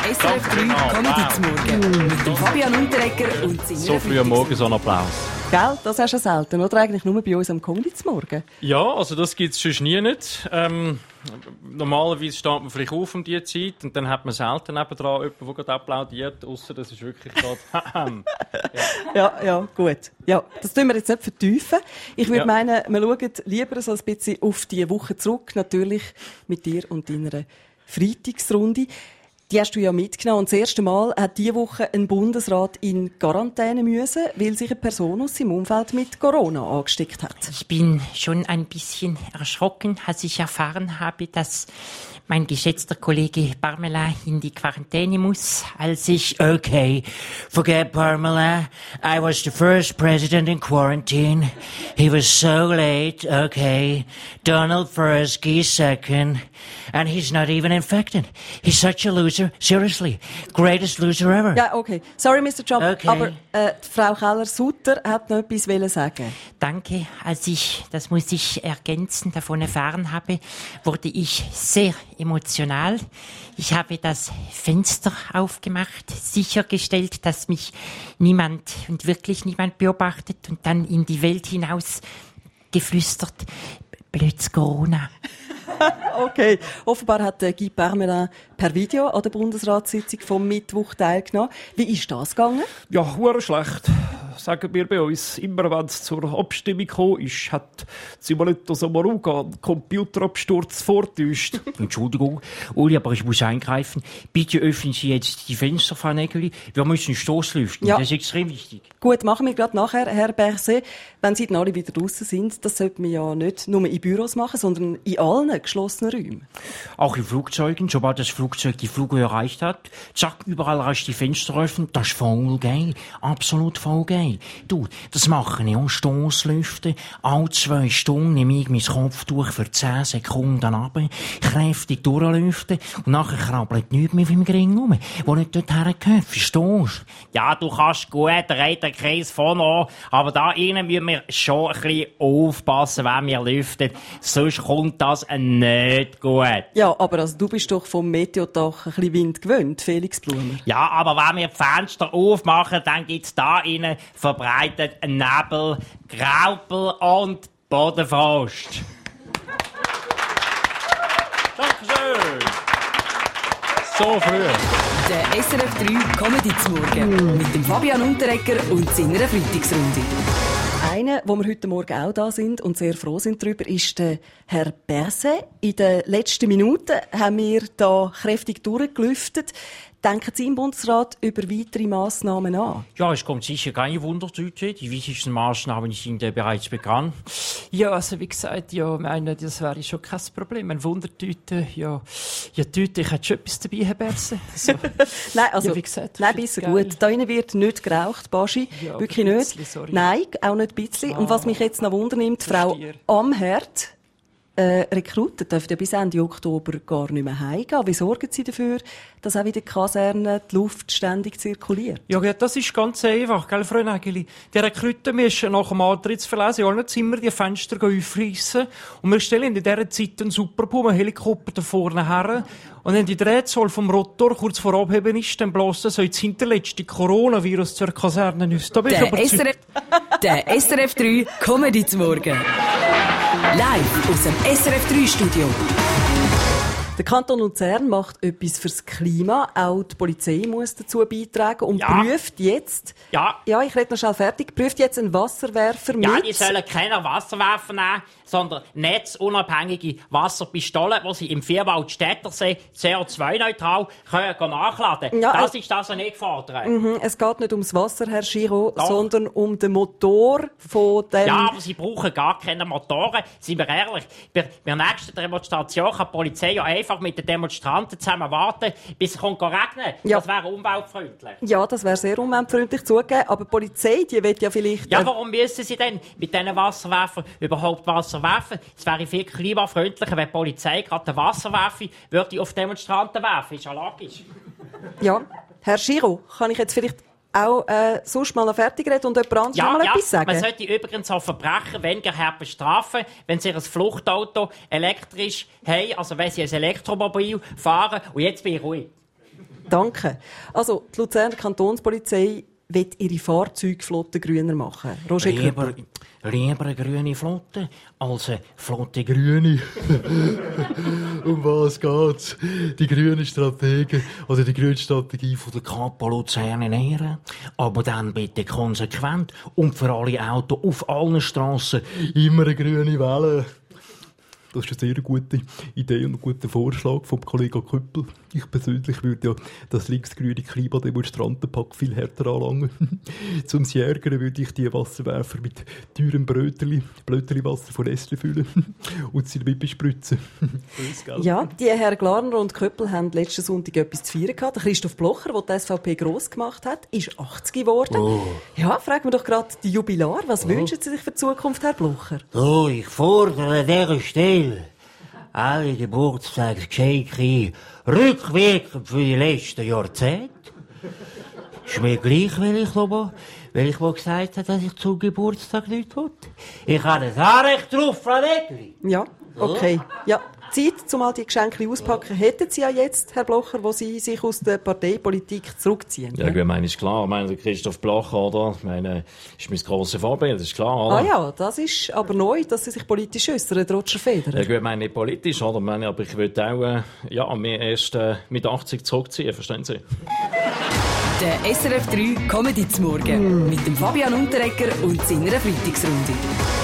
Der SRF 3 Comedy zum Morgen. Mit dem Fabian Unterreger und seiner So früh am Morgen so ein Applaus. Gell? Das hast du selten, oder? Eigentlich nur bei uns am Comedy zum Morgen. Ja, also das gibt es sonst nie nicht. Normalerweise steht man vielleicht auf um diese Zeit und dann hat man selten nebendran jemanden, der gerade applaudiert, ausser das ist wirklich gerade Ja, gut. Ja, das tun wir jetzt nicht vertiefen. Ich würde meinen, wir schauen lieber so ein bisschen auf die Woche zurück, natürlich mit dir und deiner Freitagsrunde. Die hast du ja mitgenommen. Und das erste Mal hat diese Woche ein Bundesrat in Quarantäne müssen, weil sich eine Person aus seinem Umfeld mit Corona angesteckt hat. Ich bin schon ein bisschen erschrocken, als ich erfahren habe, dass mein geschätzter Kollege Parmelin in die Quarantäne muss, Okay, forget Parmelin. I was the first president in quarantine. He was so late. Okay, Donald first, Guy second. And he's not even infected. He's such a loser. Seriously. Greatest loser ever. Ja, okay. Sorry, Mr. Trump, Okay. aber die Frau Keller-Sutter hat noch etwas sagen. Danke. Als ich, das muss ich ergänzen, davon erfahren habe, wurde ich sehr emotional. Ich habe das Fenster aufgemacht, sichergestellt, dass mich niemand und wirklich niemand beobachtet und dann in die Welt hinaus geflüstert, blöds Corona. Okay. Offenbar hat Guy Parmelin per Video an der Bundesratssitzung vom Mittwoch teilgenommen. Wie ist das gegangen? Ja, hure schlecht. Sagen wir bei uns. Immer wenn es zur Abstimmung gekommen ist, hat Simonetta Sommaruga einen Computerabsturz vortäuscht. Entschuldigung, Uli, aber ich muss eingreifen. Bitte öffnen Sie jetzt die Fenster, Frau Nägeli. Wir müssen Stoss lüften. Ja. Das ist extrem wichtig. Gut, machen wir gerade nachher, Herr Berset. Wenn Sie dann alle wieder draussen sind, das sollte man ja nicht nur in Büros machen, sondern in allen geschlossenen Räumen. Auch in Flugzeugen, sobald das Flugzeug die Flughöhe erreicht hat, zack, überall rasch die Fenster öffnen. Das ist voll geil. Absolut voll geil. Du, das mache ich auch. Stoßlüften. Alle 2 Stunden nehme ich mein Kopftuch für 10 Sekunden runter, kräftig durchlüften und nachher krabbelt nichts mehr im Ring rum, wo nicht dort hergehört. Verstehst du? Ja, du kannst gut den Kreis vorne an, aber da innen müssen wir schon ein bisschen aufpassen, wenn wir lüften. Sonst kommt das nicht gut. Ja, aber also, du bist doch vom Meteodach ein bisschen Wind gewöhnt, Felix Blumer. Ja, aber wenn wir die Fenster aufmachen, dann gibt's da innen verbreitet Nebel, Graupel und Bodenfrost. Dankeschön. So früh. Der SRF 3 Comedy zum Morgen. Mit dem Fabian Unterreger und seiner Freitagsrunde. Einer, wo wir heute Morgen auch da sind und sehr froh sind darüber, ist der Herr Berset. In den letzten Minuten haben wir da kräftig durchgelüftet. Denken Sie im Bundesrat über weitere Massnahmen an? Ja, es kommt sicher keine Wundertüte. Die wichtigsten Maßnahmen sind bereits bekannt. Ja, also wie gesagt, ja, meine, das wäre schon kein Problem. Eine Wundertüte, ja, Tüte, ich hätte schon etwas dabei, Herr Berset. Also, Nein, also, ja, wie gesagt, nein, bisschen gut. Da innen wird nicht geraucht, Baschi. Ja, wirklich ein nicht. bisschen, sorry. Nein, auch nicht ein bisschen. Und was mich jetzt noch wundernimmt, Frau Verstehe. Amherd, Rekruten dürfen ja bis Ende Oktober gar nicht mehr heimgehen. Wie sorgen Sie dafür, dass auch in den Kasernen die Luft ständig zirkuliert? Ja, das ist ganz einfach, gell, Frau Nägeli? Die Rekruten müssen nach dem Antrittsverlesen in allen Zimmern die Fenster aufreissen. Und wir stellen in dieser Zeit einen Superpuma-Helikopter da vorne her. Und wenn die Drehzahl vom Rotor kurz vor Abheben ist, dann bläst das das hinterletzte Coronavirus zur Kaserne aus. Da bin ich Der überzeugt. Der SRF 3 Comedy zum Morgen. Live aus dem SRF 3 Studio. Der Kanton Luzern macht etwas fürs Klima. Auch die Polizei muss dazu beitragen und Ja. prüft jetzt, Ja. ja, ich rede noch schnell fertig, prüft jetzt einen Wasserwerfer mit. Ja, die sollen keine Wasserwerfer nehmen, sondern netzunabhängige Wasserpistolen, die sie im Vierwaldstättersee CO2-neutral können nachladen. Ja, Das ist das, was ich gefordert. Es geht nicht ums Wasser, Herr Giraud, sondern um den Motor von dem... Ja, aber sie brauchen gar keine Motoren. Seien wir ehrlich, bei der nächsten Demonstration kann die Polizei ja einfach mit den Demonstranten zusammen warten, bis es kommt regnen. Ja. Das wäre umweltfreundlich. Ja, das wäre sehr umweltfreundlich zugegeben, aber die Polizei, die will ja vielleicht... Ja, warum müssen sie denn mit diesen Wasserwerfern überhaupt Wasser werfen? Es wäre viel klimafreundlicher, wenn die Polizei gerade den Wasserwerfer würde auf Demonstranten werfen. Ist ja logisch. Ja, Herr Giraud, kann ich jetzt vielleicht auch sonst mal noch fertig reden und jemand anderes noch mal etwas sagen? Man sollte übrigens auch Verbrecher weniger hart bestrafen, wenn sie ein Fluchtauto elektrisch haben, also wenn sie ein Elektromobil fahren. Und jetzt bin ich ruhig. Danke. Also, die Luzerner Kantonspolizei will ihre Fahrzeugflotte grüner machen. Roger Köppel. Lieber eine grüne Flotte als eine Flotte Grüne. Um was geht's? Die grüne Strategie oder die grüne Strategie von der Kapo Luzern in Ehren. Aber dann bitte konsequent und für alle Autos auf allen Strassen immer eine grüne Welle. Das ist eine sehr gute Idee und ein guter Vorschlag vom Kollegen Köppel. Ich persönlich würde ja das linksgrüne Klimademonstrantenpack viel härter anlangen. Zum sie ärgern würde ich die Wasserwerfer mit teurem Blöterli-Wasser von Nestle füllen und sie damit bespritzen. Ja, die Herren Glarner und Köppel haben letzten Sonntag etwas zu feiern gehabt. Der Christoph Blocher, der die SVP gross gemacht hat, ist 80 geworden. Oh. Ja, fragen wir doch gerade die Jubilar. Was wünschen Sie sich für die Zukunft, Herr Blocher? Oh, ich fordere an dieser Stelle alle Geburtstagsgeschenke rückwirkend für die letzten Jahrzehnte. Ist mir gleich, weil ich mal gesagt habe, dass ich zum Geburtstag nichts will. Ich habe ein Anrecht drauf, Frau Nägeli. Ja, okay. Ja, Zeit, um all die Geschenke auszupacken, hätten Sie ja jetzt, Herr Blocher, wo Sie sich aus der Parteipolitik zurückziehen. Ja, ich meine, ist klar. Ich meine, der Christoph Blocher, oder? Ich meine, ist mein grosses Vorbild, ist klar, oder? Ah ja, das ist aber neu, dass Sie sich politisch äußern, Roger Federer. Ja, ich meine, nicht politisch, oder? Ich meine, aber ich würde auch, mir erst mit 80 zurückziehen, verstehen Sie? Der SRF 3 Comedy zum Morgen mit dem Fabian Unterreger und seiner Freitagsrunde.